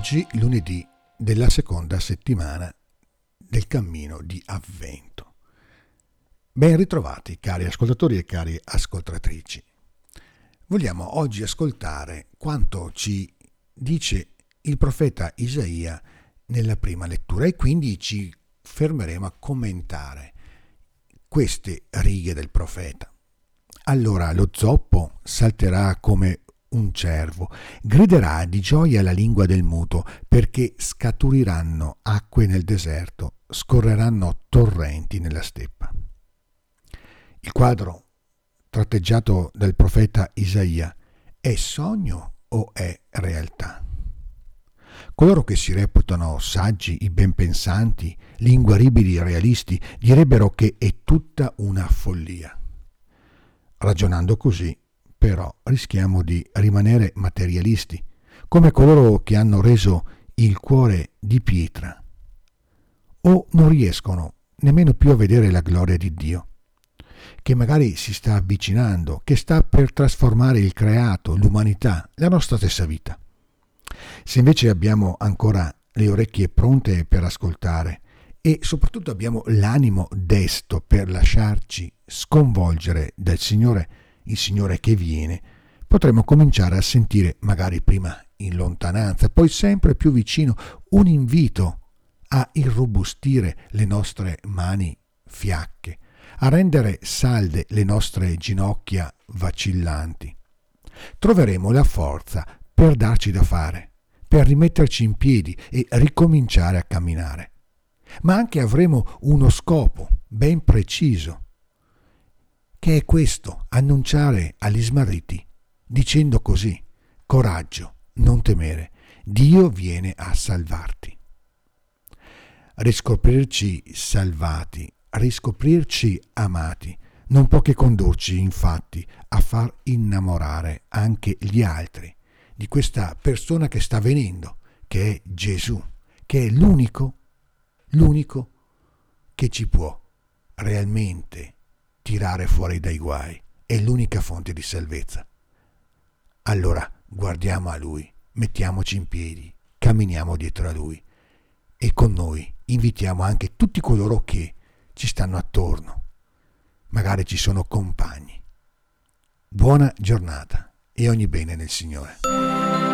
Oggi, lunedì della seconda settimana del cammino di Avvento. Ben ritrovati cari ascoltatori e cari ascoltatrici. Vogliamo oggi ascoltare quanto ci dice il profeta Isaia nella prima lettura e quindi ci fermeremo a commentare queste righe del profeta. Allora lo zoppo salterà come un cervo, griderà di gioia la lingua del muto, perché scaturiranno acque nel deserto, scorreranno torrenti nella steppa. Il quadro tratteggiato dal profeta Isaia è sogno o è realtà? Coloro che si reputano saggi, i ben pensanti, gli inguaribili realisti, direbbero che è tutta una follia. Ragionando così, però, rischiamo di rimanere materialisti, come coloro che hanno reso il cuore di pietra, o non riescono nemmeno più a vedere la gloria di Dio, che magari si sta avvicinando, che sta per trasformare il creato, l'umanità, la nostra stessa vita. Se invece abbiamo ancora le orecchie pronte per ascoltare e soprattutto abbiamo l'animo desto per lasciarci sconvolgere dal Signore, il Signore che viene, potremo cominciare a sentire, magari prima in lontananza, poi sempre più vicino, un invito a irrobustire le nostre mani fiacche, a rendere salde le nostre ginocchia vacillanti. Troveremo la forza per darci da fare, per rimetterci in piedi e ricominciare a camminare. Ma anche avremo uno scopo ben preciso, che è questo: annunciare agli smarriti, dicendo così: coraggio, non temere, Dio viene a salvarti. Riscoprirci salvati, riscoprirci amati, non può che condurci infatti a far innamorare anche gli altri di questa persona che sta venendo, che è Gesù, che è l'unico che ci può realmente tirare fuori dai guai, è l'unica fonte di salvezza. Allora guardiamo a Lui, mettiamoci in piedi, camminiamo dietro a Lui e con noi invitiamo anche tutti coloro che ci stanno attorno. Magari ci sono compagni. Buona giornata e ogni bene nel Signore.